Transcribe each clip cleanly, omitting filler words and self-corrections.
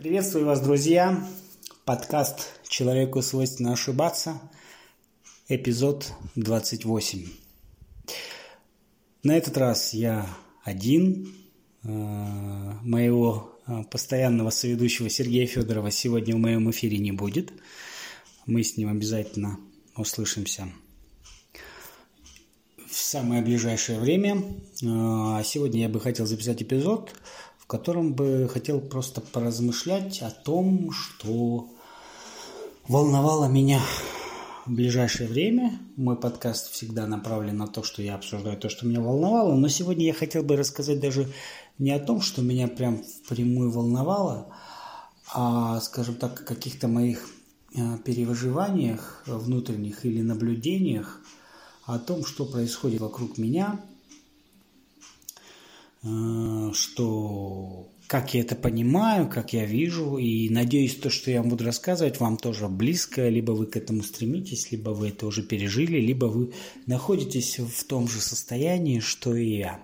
Приветствую вас, друзья! Подкаст «Человеку свойственно ошибаться», эпизод 28. На этот раз я один. Моего постоянного соведущего Сергея Федорова сегодня в моем эфире не будет. Мы с ним обязательно услышимся в самое ближайшее время. Сегодня я бы хотел записать эпизод, в котором бы хотел просто поразмышлять о том, что волновало меня в ближайшее время. Мой подкаст всегда направлен на то, что я обсуждаю то, что меня волновало, но сегодня я хотел бы рассказать даже не о том, что меня прям впрямую волновало, а, скажем так, о каких-то моих переживаниях внутренних или наблюдениях о том, что происходит вокруг меня, что как я это понимаю, как я вижу, и надеюсь, то, что я вам буду рассказывать, вам тоже близко, либо вы к этому стремитесь, либо вы это уже пережили, либо вы находитесь в том же состоянии, что и я.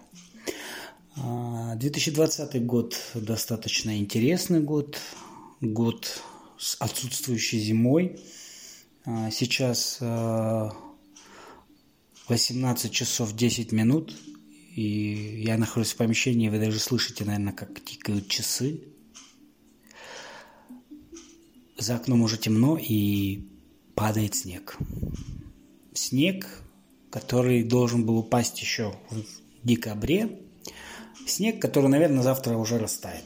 2020 год достаточно интересный год с отсутствующей зимой. Сейчас 18 часов 10 минут. И я нахожусь в помещении, вы даже слышите, наверное, как тикают часы. За окном уже темно и падает снег. Снег, который должен был упасть еще в декабре. Снег, который, наверное, завтра уже растает.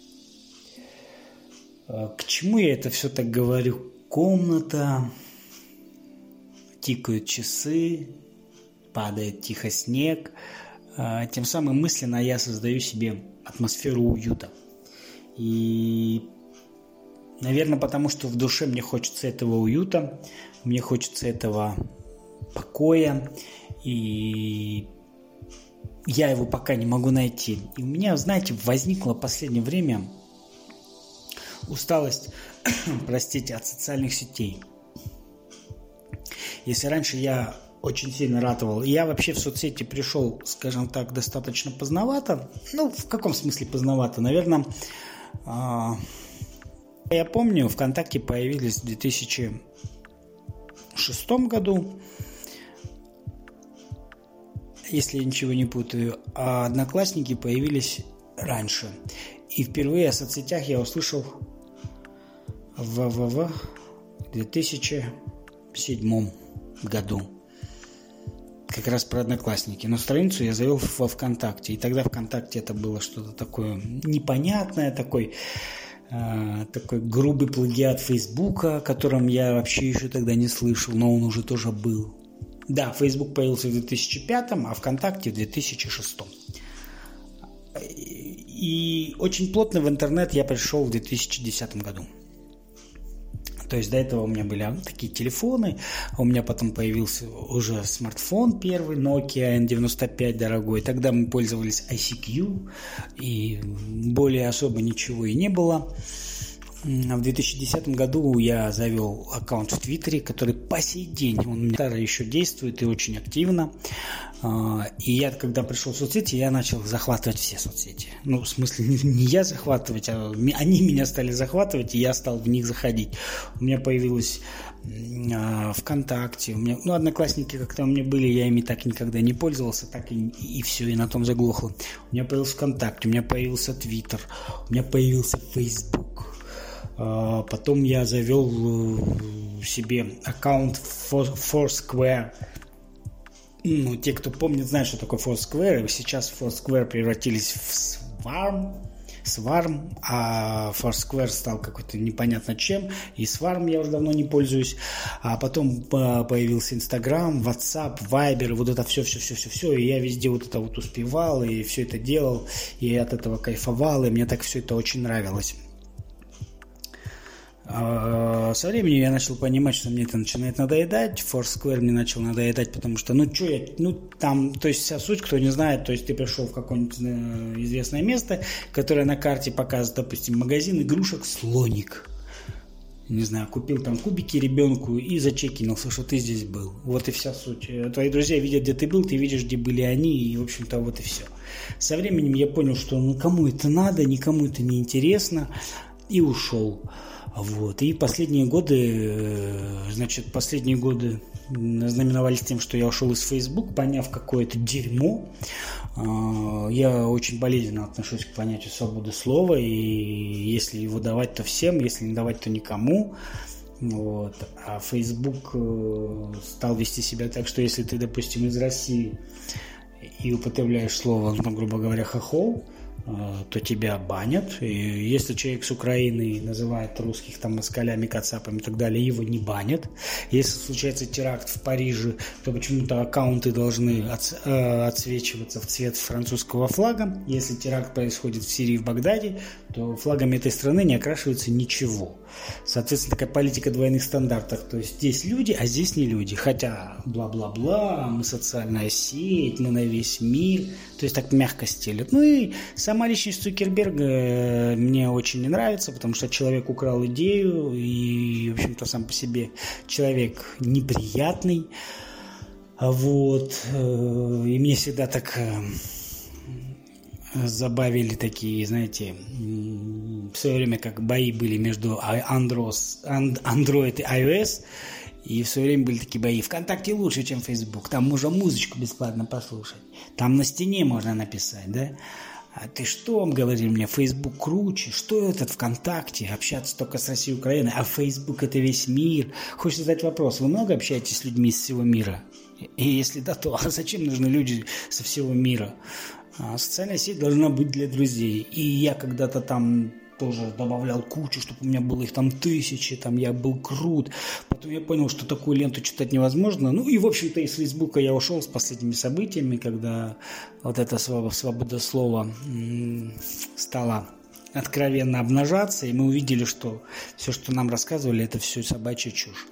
К чему я это все так говорю? Комната, тикают часы, падает тихо снег. Тем самым мысленно я создаю себе атмосферу уюта. И, наверное, потому что в душе мне хочется этого уюта, мне хочется этого покоя, и я его пока не могу найти. И у меня, знаете, возникла в последнее время усталость, от социальных сетей. Если раньше я очень сильно ратовал. Я вообще в соцсети пришел, скажем так, достаточно поздновато. Ну, в каком смысле поздновато? Наверное, я помню, ВКонтакте появились в 2006 году, если я ничего не путаю, а Одноклассники появились раньше. И впервые о соцсетях я услышал в 2007 году. Как раз про Одноклассники. Но страницу я завел во ВКонтакте. И тогда ВКонтакте это было что-то такое непонятное, такой грубый плагиат Фейсбука, о котором я вообще еще тогда не слышал, но он уже тоже был. Да, Фейсбук появился в 2005, а ВКонтакте в 2006. И очень плотно в интернет я пришел в 2010 году. То есть до этого у меня были такие телефоны, у меня потом появился уже смартфон первый, Nokia N95 дорогой. Тогда мы пользовались ICQ, и более особо ничего и не было. В 2010 году я завел аккаунт в Твиттере, который по сей день, он у меня еще действует и очень активно. И я, когда пришел в соцсети, я начал захватывать все соцсети. Ну, в смысле, не я захватывать, а они меня стали захватывать, и я стал в них заходить. У меня появилось ВКонтакте, Одноклассники как-то у меня были, я ими так никогда не пользовался, так и все, и на том заглохло. У меня появился ВКонтакте, у меня появился Твиттер, у меня появился Фейсбук. Потом я завел себе аккаунт Foursquare. Ну, те, кто помнит, знают, что такое Foursquare. Сейчас Foursquare превратились в Swarm, а Foursquare стал какой-то непонятно чем. И Swarm я уже давно не пользуюсь. А потом появился Instagram, WhatsApp, Viber, вот это все. И я везде вот это вот успевал, и все это делал, и от этого кайфовал, и мне так все это очень нравилось. Со временем я начал понимать, что мне это начинает надоедать. Foursquare мне начал надоедать, потому что, там, то есть вся суть, кто не знает, то есть ты пришел в какое-нибудь известное место, которое на карте показывает, допустим, магазин игрушек «Слоник». Не знаю, купил там кубики ребенку и зачекинился, что ты здесь был. Вот и вся суть. Твои друзья видят, где ты был, ты видишь, где были они, и, в общем-то, вот и все. Со временем я понял, что никому это надо, никому это не интересно. и ушел. Вот. И последние годы знаменовались тем, что я ушел из Facebook, поняв какое-то дерьмо. Я очень болезненно отношусь к понятию свободы слова, и если его давать, то всем, если не давать, то никому. Вот. А Facebook стал вести себя так, что если ты, допустим, из России и употребляешь слово, грубо говоря, хохол, то тебя банят. И если человек с Украины называет русских там москалями, кацапами и так далее, его не банят. Если случается теракт в Париже, то почему-то аккаунты должны отсвечиваться в цвет французского флага. Если теракт происходит в Сирии, в Багдаде, то флагами этой страны не окрашивается ничего. Соответственно, такая политика двойных стандартов. То есть здесь люди, а здесь не люди. Хотя бла-бла-бла, мы социальная сеть, мы на весь мир. То есть так мягко стелят. Ну и сама личность Цукерберга мне очень не нравится, потому что человек украл идею, и, в общем-то, сам по себе человек неприятный. Вот. И мне всегда так забавили такие, знаете, в свое время как бои были между Android и iOS, и в свое время были такие бои. ВКонтакте лучше, чем Facebook. Там можно музычку бесплатно послушать. Там на стене можно написать, да? А ты что, говорили мне, Facebook круче? Что этот ВКонтакте? Общаться только с Россией и Украиной, а Facebook это весь мир. Хочется задать вопрос. Вы много общаетесь с людьми из всего мира? И если да, то а зачем нужны люди со всего мира? Социальная сеть должна быть для друзей. И я когда-то там тоже добавлял кучу, чтобы у меня было их там 1000, там я был крут. Потом я понял, что такую ленту читать невозможно. Ну и, в общем-то, из Фейсбука я ушел с последними событиями, когда вот эта свобода слова стала откровенно обнажаться, и мы увидели, что все, что нам рассказывали, это все собачья чушь.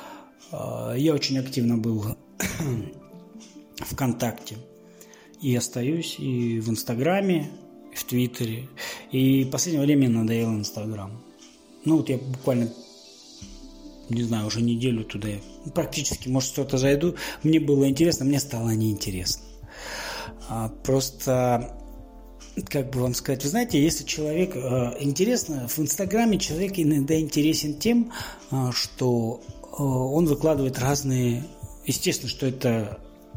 Я очень активно был ВКонтакте. И остаюсь и в Инстаграме, и в Твиттере. И в последнее время мне надоел Инстаграм. Ну вот я буквально, не знаю, уже неделю туда практически, может, что-то зайду. Мне было интересно, мне стало неинтересно. Просто, как бы вам сказать, вы знаете, если человек интересно, в Инстаграме человек иногда интересен тем, что он выкладывает разные, естественно, что это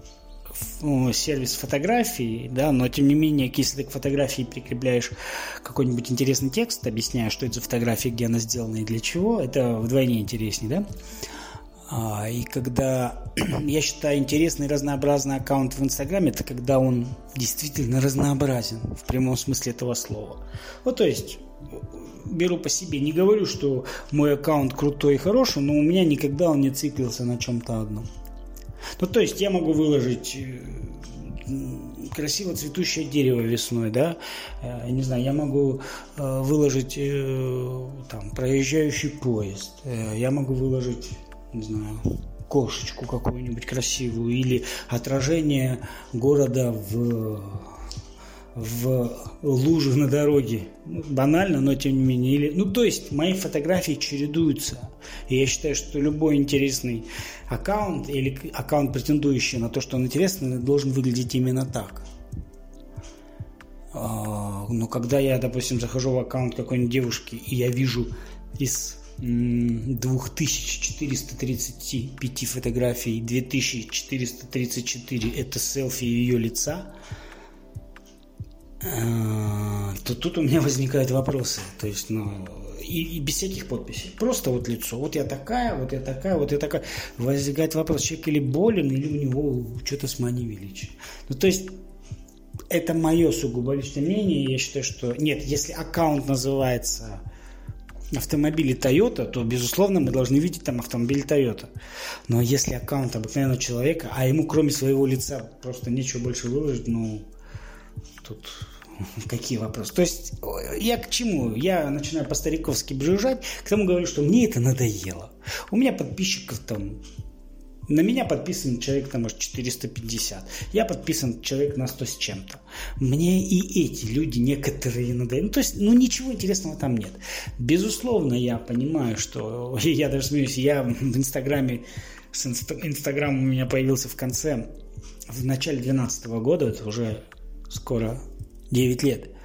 сервис фотографий, да, но тем не менее, если ты к фотографии прикрепляешь какой-нибудь интересный текст, объясняя, что это за фотография, где она сделана и для чего, это вдвойне интереснее, да. И когда я считаю интересный разнообразный аккаунт в Инстаграме, это когда он действительно разнообразен в прямом смысле этого слова. Вот, то есть беру по себе, не говорю, что мой аккаунт крутой и хороший, но у меня никогда он не циклился на чем-то одном. Ну, то есть я могу выложить красиво цветущее дерево весной, да, я не знаю, я могу выложить там проезжающий поезд, я могу выложить, не знаю, кошечку какую-нибудь красивую или отражение города в луже на дороге. Банально, но тем не менее. Ну, то есть, мои фотографии чередуются. И я считаю, что любой интересный аккаунт или аккаунт, претендующий на то, что он интересный, должен выглядеть именно так. Но когда я, допустим, захожу в аккаунт какой-нибудь девушки, и я вижу из 2435 фотографий 2434 это селфи ее лица, то тут у меня возникают вопросы. То есть, и без всяких подписей. Просто вот лицо. Вот я такая, вот я такая, вот я такая. Возникает вопрос, человек или болен, или у него что-то с манией величия. Ну, то есть, это мое сугубо личное мнение. Я считаю, что нет, если аккаунт называется автомобили Toyota, то, безусловно, мы должны видеть там автомобиль Toyota. Но если аккаунт обыкновенного человека, а ему кроме своего лица просто нечего больше выложить, тут какие вопросы? То есть я к чему? Я начинаю по-стариковски брюзжать, к тому говорю, что мне это надоело. У меня подписчиков там, на меня подписан человек там, может, 450. Я подписан человек на 100 с чем-то. Мне и эти люди некоторые надоели. То есть, ничего интересного там нет. Безусловно, я понимаю, что я даже смеюсь, я в Инстаграме, Инстаграм у меня появился в начале 2012 года, это уже скоро 9 лет.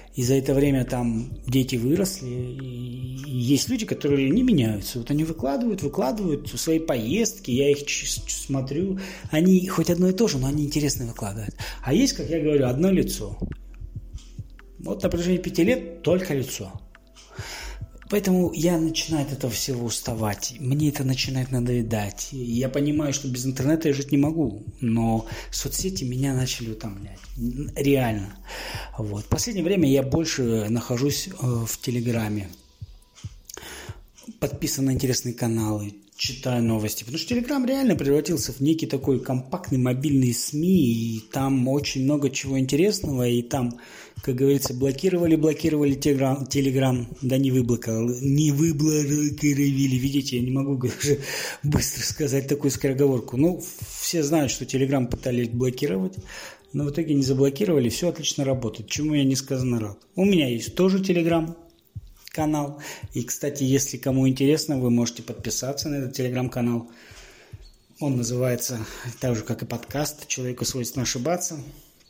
И за это время там дети выросли, и есть люди, которые не меняются. Вот они выкладывают свои поездки, я их смотрю, они хоть одно и то же, но они интересно выкладывают. А есть, как я говорю, одно лицо. Вот на протяжении 5 лет только лицо. Поэтому я начинаю от этого всего уставать. Мне это начинает надоедать. Я понимаю, что без интернета я жить не могу. Но соцсети меня начали утомлять. Реально. Вот. В последнее время я больше нахожусь в Телеграме. Подписан на интересные каналы. Читаю новости. Потому что Телеграм реально превратился в некий такой компактный мобильный СМИ. И там очень много чего интересного. И там, как говорится, блокировали Телеграм. Да не выблокировали. Видите, я не могу уже быстро сказать такую скороговорку. Ну, все знают, что Телеграм пытались блокировать. Но в итоге не заблокировали. Все отлично работает. Чему я несказанно рад. У меня есть тоже Телеграм канал. И, кстати, если кому интересно, вы можете подписаться на этот телеграм-канал. Он называется так же, как и подкаст «Человеку свойственно ошибаться».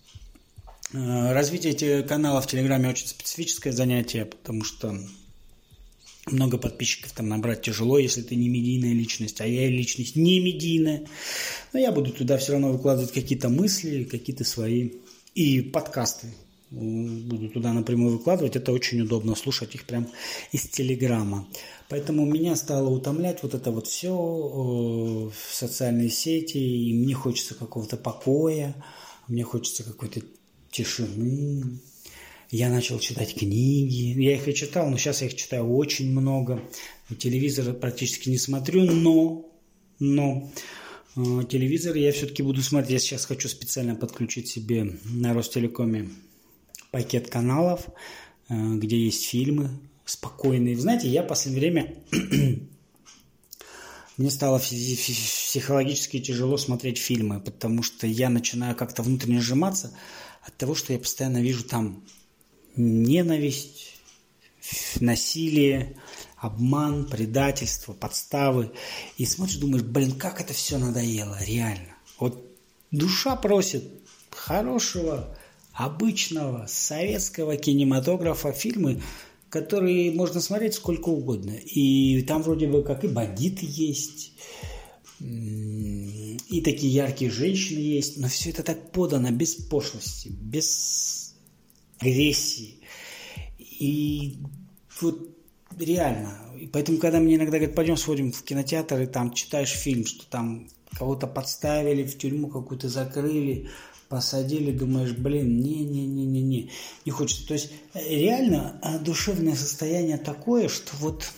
Развитие канала в Телеграме очень специфическое занятие, потому что много подписчиков там набрать тяжело, если ты не медийная личность, а я личность не медийная. Но я буду туда все равно выкладывать какие-то мысли, какие-то свои и подкасты. Буду туда напрямую выкладывать, это очень удобно, слушать их прям из Телеграма. Поэтому меня стало утомлять вот это вот все в социальные сети, и мне хочется какого-то покоя, мне хочется какой-то тишины. Я начал читать книги, я их и читал, но сейчас я их читаю очень много. Телевизор практически не смотрю, но телевизор я все-таки буду смотреть. Я сейчас хочу специально подключить себе на Ростелекоме пакет каналов, где есть фильмы спокойные. Вы знаете, я в последнее время мне стало психологически тяжело смотреть фильмы, потому что я начинаю как-то внутренне сжиматься от того, что я постоянно вижу там ненависть, насилие, обман, предательство, подставы. И смотришь, думаешь, блин, как это все надоело, реально. Вот душа просит хорошего, обычного советского кинематографа, фильмы, которые можно смотреть сколько угодно. И там вроде бы как и бандиты есть, и такие яркие женщины есть, но все это так подано без пошлости, без агрессии. И вот реально. И поэтому, когда мне иногда говорят, пойдем сходим в кинотеатр, и там читаешь фильм, что там кого-то подставили, в тюрьму какую-то закрыли, посадили, думаешь, блин, не хочется. То есть реально душевное состояние такое, что вот,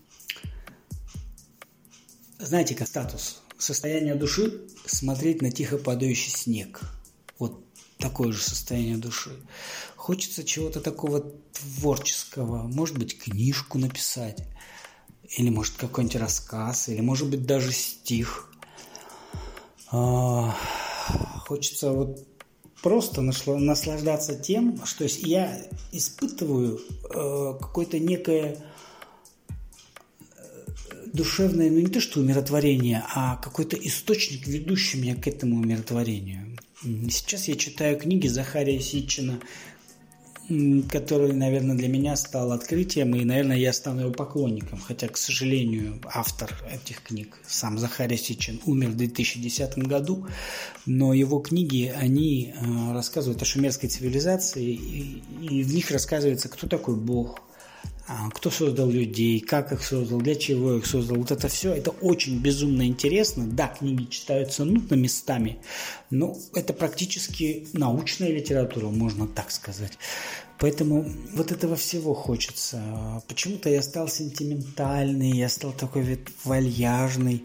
знаете, как статус, состояние души смотреть на тихо падающий снег. Вот такое же состояние души. Хочется чего-то такого творческого, может быть, книжку написать, или, может, какой-нибудь рассказ, или, может быть, даже стих. Хочется вот просто наслаждаться тем, что я испытываю какое-то некое душевное, ну не то что умиротворение, а какой-то источник, ведущий меня к этому умиротворению. Сейчас я читаю книги Захария Ситчина, который, наверное, для меня стал открытием, и, наверное, я стану его поклонником. Хотя, к сожалению, автор этих книг, сам Захарий Ситчин, умер в 2010 году, но его книги, они рассказывают о шумерской цивилизации, и в них рассказывается, кто такой Бог, кто создал людей, как их создал, для чего их создал. Вот это все, это очень безумно интересно. Да, книги читаются нудно местами, но это практически научная литература, можно так сказать. Поэтому вот этого всего хочется. Почему-то я стал сентиментальный, я стал такой вальяжный.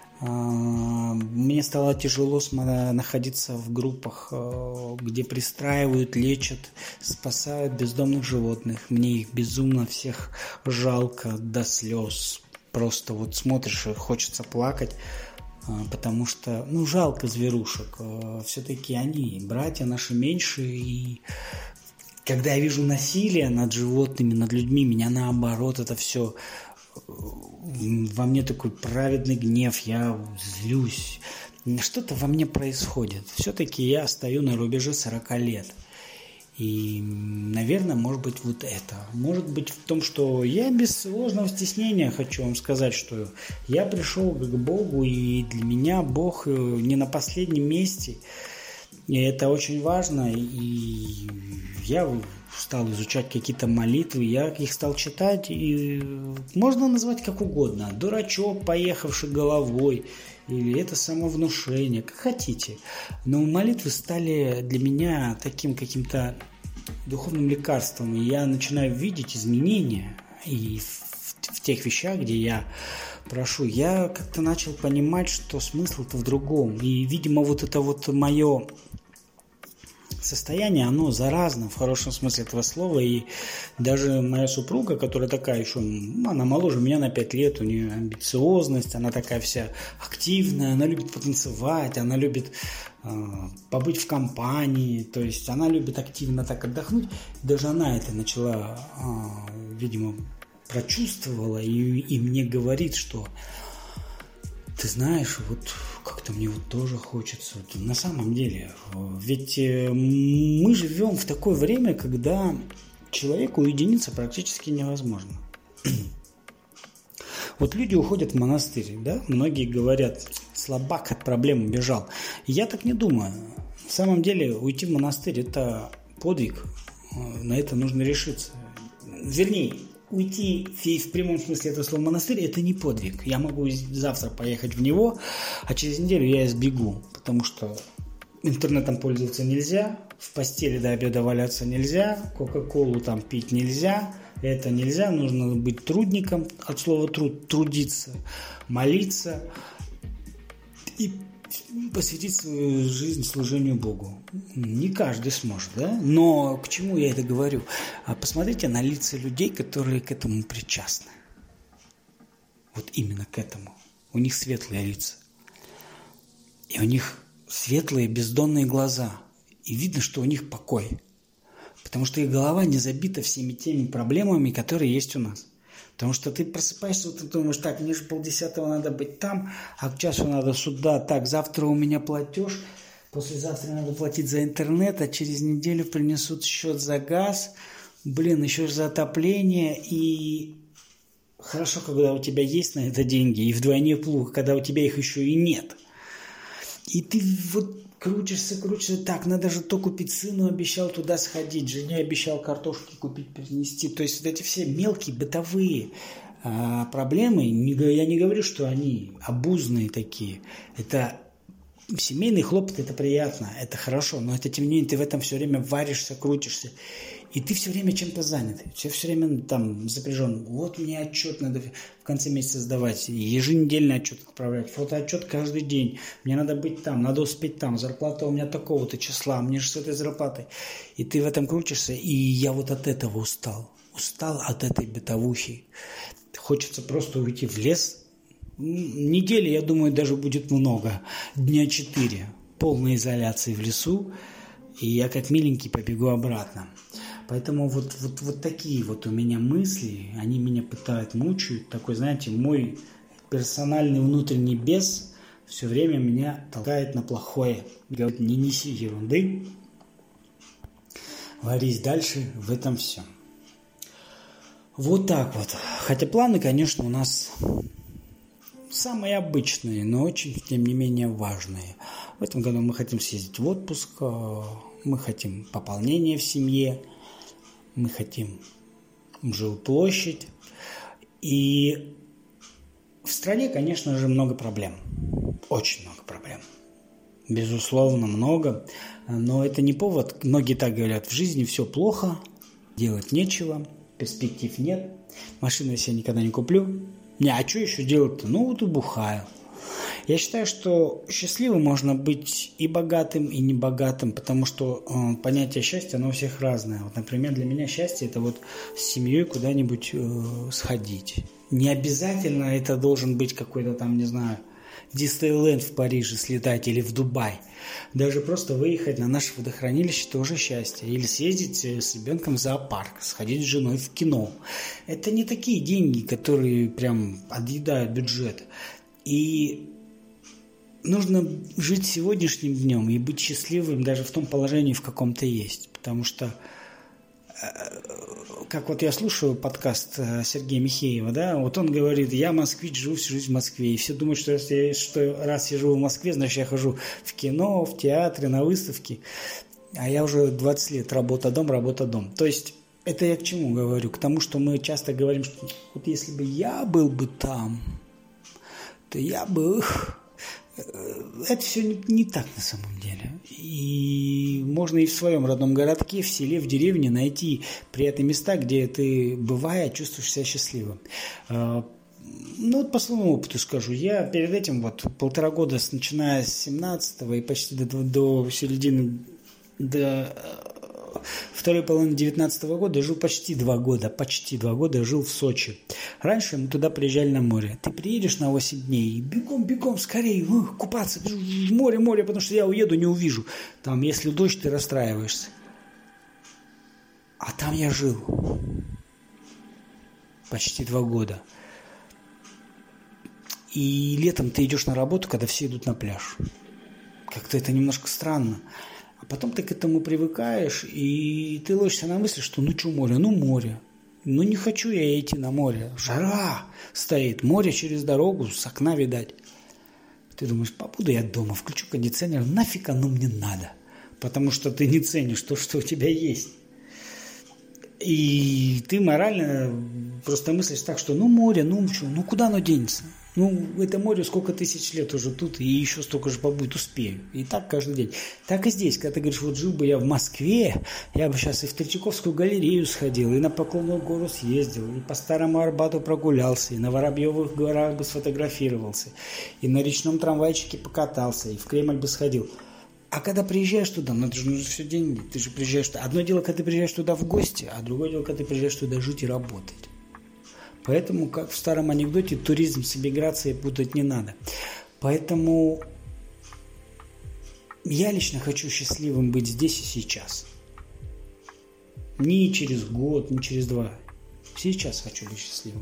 Мне стало тяжело находиться в группах, где пристраивают, лечат, спасают бездомных животных. Мне их безумно всех жалко до слез. Просто вот смотришь и хочется плакать, потому что, жалко зверушек. Все-таки они, братья наши меньшие, и когда я вижу насилие над животными, над людьми, меня наоборот это все... Во мне такой праведный гнев, я злюсь. Что-то во мне происходит. Все-таки я стою на рубеже 40 лет. И, наверное, может быть вот это. Может быть в том, что я без ложного стеснения хочу вам сказать, что я пришел к Богу, и для меня Бог не на последнем месте. И это очень важно. И я стал изучать какие-то молитвы, я их стал читать, и можно назвать как угодно. Дурачок, поехавший головой, или это самовнушение, как хотите. Но молитвы стали для меня таким каким-то духовным лекарством, и я начинаю видеть изменения и в тех вещах, где я прошу. Я как-то начал понимать, что смысл-то в другом. И, видимо, вот это вот мое состояние, оно заразно в хорошем смысле этого слова, и даже моя супруга, которая такая еще, она моложе меня на 5 лет, у нее амбициозность, она такая вся активная, она любит потанцевать, она любит побыть в компании, то есть она любит активно так отдохнуть, даже она это начала, видимо, прочувствовала, и мне говорит, что ты знаешь, вот как-то мне вот тоже хочется. Вот на самом деле, ведь мы живем в такое время, когда человеку уединиться практически невозможно. Вот люди уходят в монастырь, да? Многие говорят, слабак от проблем убежал. Я так не думаю. На самом деле, уйти в монастырь – это подвиг. На это нужно решиться. Вернее, уйти в прямом смысле этого слова монастырь – это не подвиг. Я могу завтра поехать в него, а через неделю я сбегу, потому что интернетом пользоваться нельзя, в постели до обеда валяться нельзя, кока-колу там пить нельзя, это нельзя, нужно быть трудником, от слова труд, трудиться, молиться и посвятить свою жизнь служению Богу. Не каждый сможет, да? Но к чему я это говорю? Посмотрите на лица людей, которые к этому причастны. Вот именно к этому. У них светлые лица. И у них светлые бездонные глаза. И видно, что у них покой. Потому что их голова не забита всеми теми проблемами, которые есть у нас. Потому что ты просыпаешься, ты думаешь, так, мне же 9:30 надо быть там, а к часу надо сюда, так, завтра у меня платеж, послезавтра надо платить за интернет, а через неделю принесут счет за газ, еще за отопление, и хорошо, когда у тебя есть на это деньги, и вдвойне плохо, когда у тебя их еще и нет. И ты вот крутишься, так, надо же то купить, сыну обещал туда сходить, жене обещал картошки купить, принести. То есть вот эти все мелкие бытовые проблемы, я не говорю, что они обузные такие, это семейный хлопот, это приятно, это хорошо, но это тем не менее ты в этом все время варишься, крутишься. И ты все время чем-то занят, все время там запряжен. Вот мне отчет надо в конце месяца сдавать, еженедельный отчет отправлять, фотоотчет каждый день. Мне надо быть там, надо успеть там, зарплата у меня такого-то числа, мне же с этой зарплатой. И ты в этом крутишься, и я вот от этого устал. Устал от этой бытовухи. Хочется просто уйти в лес. Недели, я думаю, даже будет много. Дня 4 полной изоляции в лесу, и я как миленький побегу обратно. Поэтому вот такие вот у меня мысли, они меня пытают, мучают. Такой, знаете, мой персональный внутренний бес все время меня толкает на плохое. Говорит, не неси ерунды, варись дальше, в этом все. Вот так вот. Хотя планы, конечно, у нас самые обычные, но очень, тем не менее, важные. В этом году мы хотим съездить в отпуск, мы хотим пополнения в семье, мы хотим жилплощадь. И в стране, конечно же, много проблем. Очень много проблем. Безусловно, много. Но это не повод. Многие так говорят, в жизни все плохо, делать нечего, перспектив нет. Машину я себе никогда не куплю. А что еще делать-то? Вот и бухаю. Я считаю, что счастливым можно быть и богатым, и небогатым, потому что понятие счастья, оно у всех разное. Вот, например, для меня счастье – это вот с семьей куда-нибудь сходить. Не обязательно это должен быть какой-то там, не знаю, Диснейленд в Париже слетать или в Дубай. Даже просто выехать на наше водохранилище – это уже счастье. Или съездить с ребенком в зоопарк, сходить с женой в кино. Это не такие деньги, которые прям отъедают бюджет. И нужно жить сегодняшним днем и быть счастливым даже в том положении, в каком ты есть. Потому что, как вот я слушаю подкаст Сергея Михеева, да, вот он говорит, я москвич, живу всю жизнь в Москве. И все думают, что раз я живу в Москве, значит, я хожу в кино, в театры, на выставки. А я уже 20 лет работа-дом, работа-дом. То есть это я к чему говорю? К тому, что мы часто говорим, что вот если бы я был бы там, то я бы... Это все не так на самом деле. И можно и в своем родном городке, в селе, в деревне найти приятные места, где ты, бывая, чувствуешь себя счастливым. Ну вот по своему опыту скажу. Я перед этим вот 1,5 года, начиная с 17-го и почти до середины, до второй половины 19-го года жил почти 2 года жил в Сочи. Раньше мы туда приезжали на море. Ты приедешь на 8 дней и бегом, скорее, купаться, в море, потому что я уеду, не увижу. Там, если дождь, ты расстраиваешься. А там я жил почти 2 года. И летом ты идешь на работу, когда все идут на пляж. Как-то это немножко странно. А потом ты к этому привыкаешь, и ты ловишься на мысли, что ну что море, ну море. Ну не хочу я идти на море. Жара стоит, море через дорогу, с окна видать. Ты думаешь, побуду я дома, включу кондиционер, нафиг оно мне надо. Потому что ты не ценишь то, что у тебя есть. И ты морально просто мыслишь так, что ну море, ну что, ну куда оно денется? Ну, это море сколько тысяч лет уже тут, и еще столько же побудет, успею. И так каждый день. Так и здесь, когда ты говоришь, вот жил бы я в Москве, я бы сейчас и в Третьяковскую галерею сходил, и на Поклонную гору съездил, и по Старому Арбату прогулялся, и на Воробьевых горах бы сфотографировался, и на речном трамвайчике покатался, и в Кремль бы сходил. А когда приезжаешь туда, ну это же нужно все деньги, ты же приезжаешь туда. Одно дело, когда ты приезжаешь туда в гости, а другое дело, когда ты приезжаешь туда жить и работать. Поэтому, как в старом анекдоте, туризм с эмиграцией путать не надо. Поэтому я лично хочу счастливым быть здесь и сейчас. Не через год, не через 2. Сейчас хочу быть счастливым.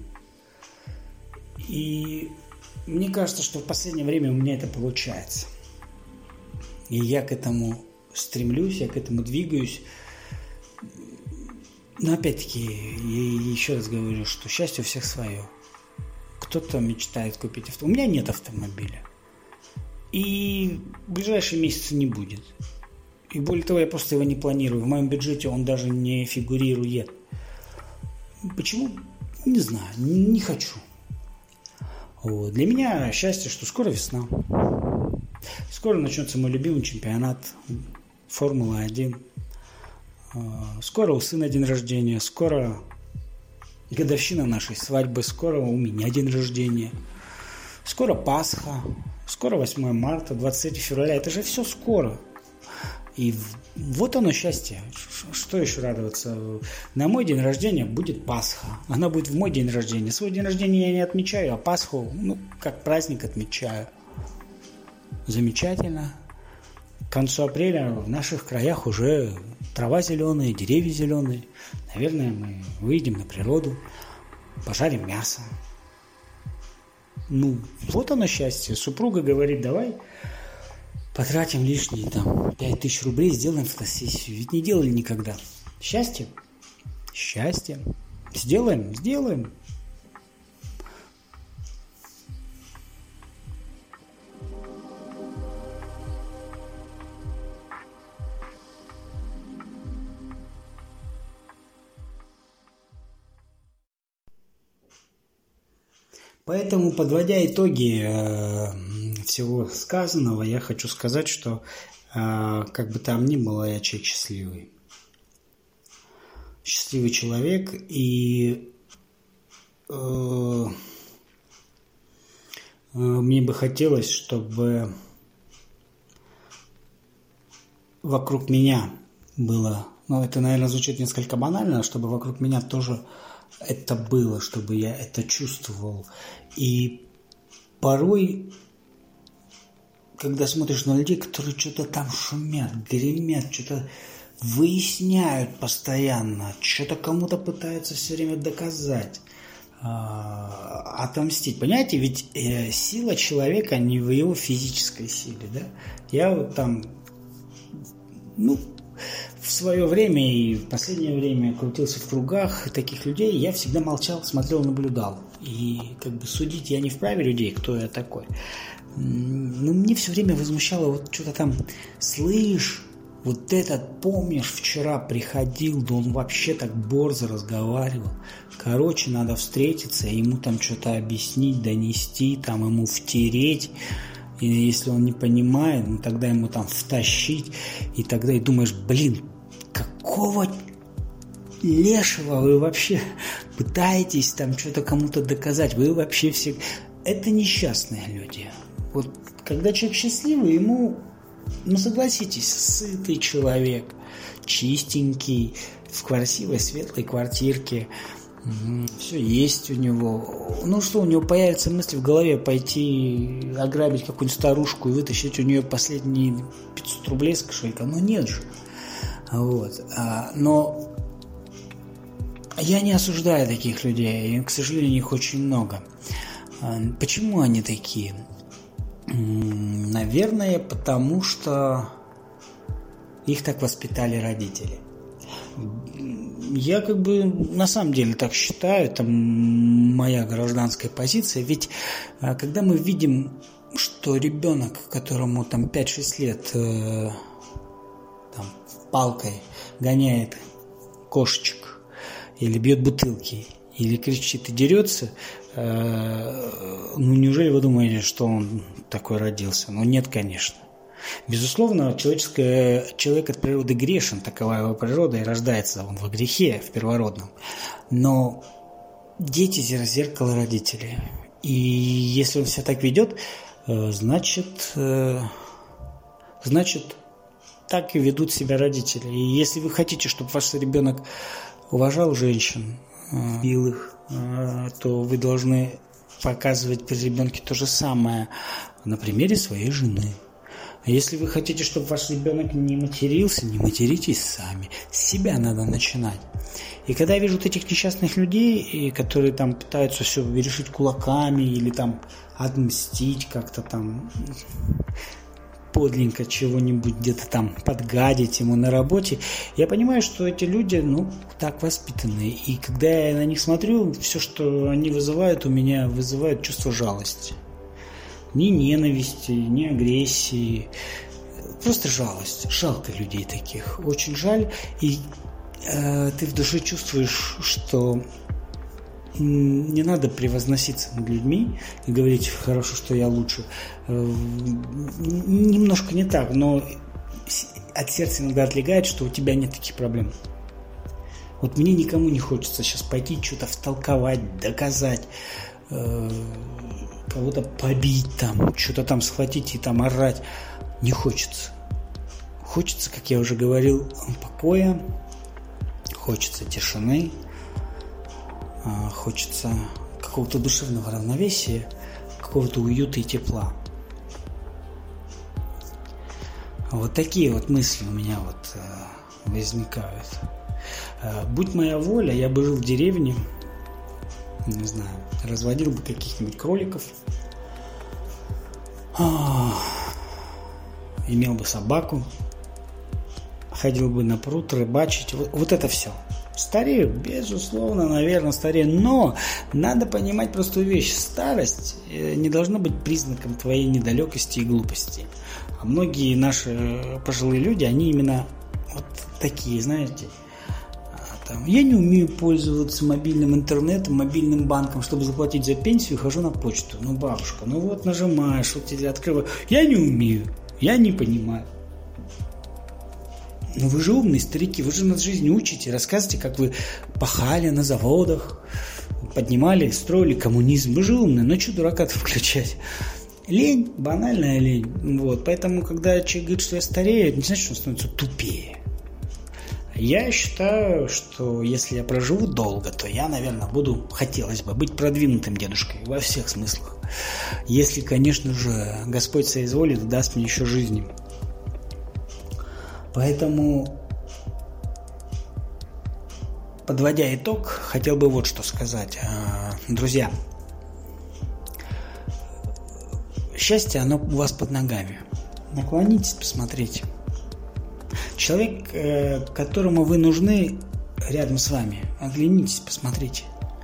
И мне кажется, что в последнее время у меня это получается. И я к этому стремлюсь, я к этому двигаюсь. Но опять-таки, я еще раз говорю, что счастье у всех свое. Кто-то мечтает купить автомобиль. У меня нет автомобиля. И в ближайшие месяцы не будет. И более того, я просто его не планирую. В моем бюджете он даже не фигурирует. Почему? Не знаю, не хочу. Вот. Для меня счастье, что скоро весна. Скоро начнется мой любимый чемпионат Формулы-1. Скоро у сына день рождения, скоро годовщина нашей свадьбы, скоро у меня день рождения, скоро Пасха, скоро 8 марта, 23 февраля. Это же все скоро. И вот оно счастье. Что еще радоваться? На мой день рождения будет Пасха. Она будет в мой день рождения. Свой день рождения я не отмечаю, а Пасху, как праздник отмечаю. Замечательно. К концу апреля в наших краях уже трава зеленая, деревья зеленые. Наверное, мы выйдем на природу, пожарим мясо. Вот оно счастье. Супруга говорит, давай потратим лишние 5000 рублей, сделаем фотосессию. Ведь не делали никогда. Счастье? Счастье. Сделаем. Поэтому, подводя итоги всего сказанного, я хочу сказать, что как бы там ни было, я человек счастливый. Счастливый человек, и мне бы хотелось, чтобы вокруг меня было, это, наверное, звучит несколько банально, чтобы вокруг меня тоже это было, чтобы я это чувствовал. И порой, когда смотришь на людей, которые что-то там шумят, гремят, что-то выясняют постоянно, что-то кому-то пытаются все время доказать, отомстить. Понимаете, ведь сила человека не в его физической силе, да? Я вот там, в свое время и в последнее время крутился в кругах таких людей, я всегда молчал, смотрел, наблюдал. И судить я не вправе людей, кто я такой. Но мне все время возмущало вот что-то там, слышь, вот этот, помнишь, вчера приходил, да он вообще так борзо разговаривал. Короче, надо встретиться, ему там что-то объяснить, донести, там ему втереть. И если он не понимает, тогда ему там втащить. И тогда и думаешь, какого лешего вы вообще пытаетесь там что-то кому-то доказать? Вы вообще все... Это несчастные люди. Вот когда человек счастливый, ему... согласитесь, сытый человек, чистенький, в красивой, светлой квартирке, все есть у него. Что, у него появятся мысли в голове пойти ограбить какую-нибудь старушку и вытащить у нее последние 500 рублей с кошелька? Нет же. Вот. Но я не осуждаю таких людей, и, к сожалению, их очень много. Почему они такие? Наверное, потому что их так воспитали родители. Я на самом деле так считаю, это моя гражданская позиция. Ведь когда мы видим, что ребенок, которому 5-6 лет палкой гоняет кошечек, или бьет бутылки, или кричит и дерется, неужели вы думаете, что он такой родился? Нет, конечно. Безусловно, человек от природы грешен, такова его природа, и рождается он во грехе, в первородном. Но дети – зеркало родителей. И если он себя так ведет, значит, так и ведут себя родители. И если вы хотите, чтобы ваш ребенок уважал женщин, бил их, то вы должны показывать при ребенке то же самое на примере своей жены. А если вы хотите, чтобы ваш ребенок не матерился, не материтесь сами. С себя надо начинать. И когда я вижу этих несчастных людей, которые пытаются все решить кулаками или отмстить как-то подленько чего-нибудь где-то подгадить ему на работе, я понимаю, что эти люди, так воспитанные. И когда я на них смотрю, все, что они вызывают, у меня вызывает чувство жалости. Ни ненависти, ни агрессии, просто жалость. Жалко людей таких, очень жаль. И ты в душе чувствуешь, что не надо превозноситься над людьми и говорить, хорошо, что я лучше. Немножко не так, но от сердца иногда отлегает, что у тебя нет таких проблем. Вот мне никому не хочется сейчас пойти что-то втолковать, доказать, кого-то побить что-то схватить и орать. Не хочется. Хочется, как я уже говорил, покоя, хочется тишины, хочется какого-то душевного равновесия, какого-то уюта и тепла. Вот такие вот мысли у меня возникают. Будь моя воля, я бы жил в деревне, не знаю, разводил бы каких-нибудь кроликов, имел бы собаку, ходил бы на пруд, рыбачить, вот это все. Старею, безусловно, наверное, старею, но надо понимать простую вещь. Старость не должна быть признаком твоей недалекости и глупости. А многие наши пожилые люди, они именно вот такие, знаете. Я не умею пользоваться мобильным интернетом, мобильным банком, чтобы заплатить за пенсию, хожу на почту. Бабушка, нажимаешь, тебе открываю. Я не умею, я не понимаю. Вы же умные старики, вы же нас жизни учите, рассказывайте, как вы пахали на заводах, поднимали, строили коммунизм. Вы же умные, что дурака-то включать? Лень, банальная лень. Поэтому, когда человек говорит, что я старею, это не значит, что он становится тупее. Я считаю, что если я проживу долго, то я, наверное, хотелось бы быть продвинутым дедушкой во всех смыслах. Если, конечно же, Господь соизволит, даст мне еще жизни. Поэтому, подводя итог, хотел бы вот что сказать. Друзья, счастье, оно у вас под ногами. Наклонитесь, посмотрите. Человек, которому вы нужны, рядом с вами. Оглянитесь, посмотрите.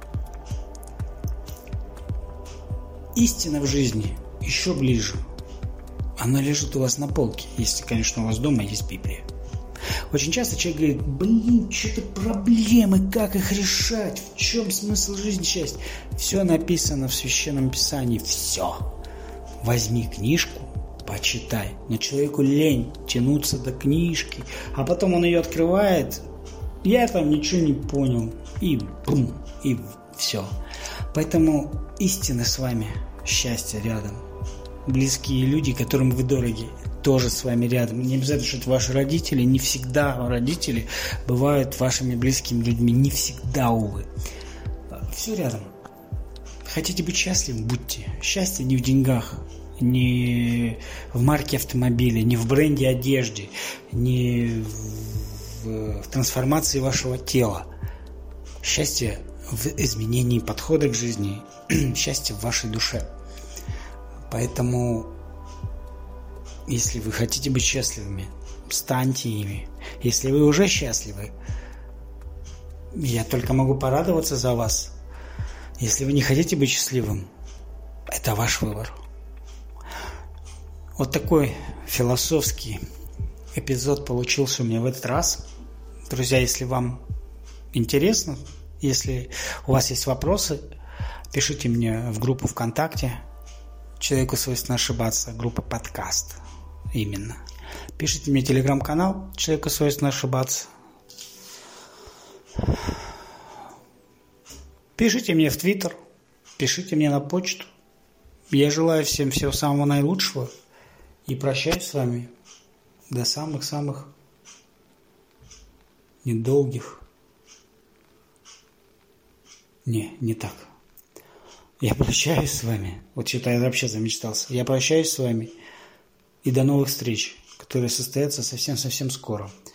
Истина в жизни еще ближе. Она лежит у вас на полке, если, конечно, у вас дома есть Библия. Очень часто человек говорит: что-то проблемы, как их решать, в чем смысл жизни, счастья. Все написано в Священном Писании, все. Возьми книжку, почитай. Но человеку лень тянуться до книжки, а потом он ее открывает, я там ничего не понял, и бум, и все. Поэтому истина с вами, счастье рядом. Близкие люди, которым вы дороги, тоже с вами рядом. Не обязательно, что это ваши родители. Не всегда родители бывают вашими близкими людьми. Не всегда, увы. Все рядом. Хотите быть счастливым? Будьте. Счастье не в деньгах, не в марке автомобиля, не в бренде одежды, не в трансформации вашего тела. Счастье в изменении подхода к жизни. Счастье в вашей душе. Поэтому, если вы хотите быть счастливыми, станьте ими. Если вы уже счастливы, я только могу порадоваться за вас. Если вы не хотите быть счастливым, это ваш выбор. Вот такой философский эпизод получился у меня в этот раз. Друзья, если вам интересно, если у вас есть вопросы, пишите мне в группу ВКонтакте. Человеку свойственно ошибаться. Группа подкаст. Именно. Пишите мне телеграм-канал. Человеку свойственно ошибаться. Пишите мне в Твиттер. Пишите мне на почту. Я желаю всем всего самого наилучшего. И прощаюсь с вами до самых-самых недолгих. Не так. Я прощаюсь с вами. Вот что-то я вообще замечтался. Я прощаюсь с вами. И до новых встреч, которые состоятся совсем-совсем скоро.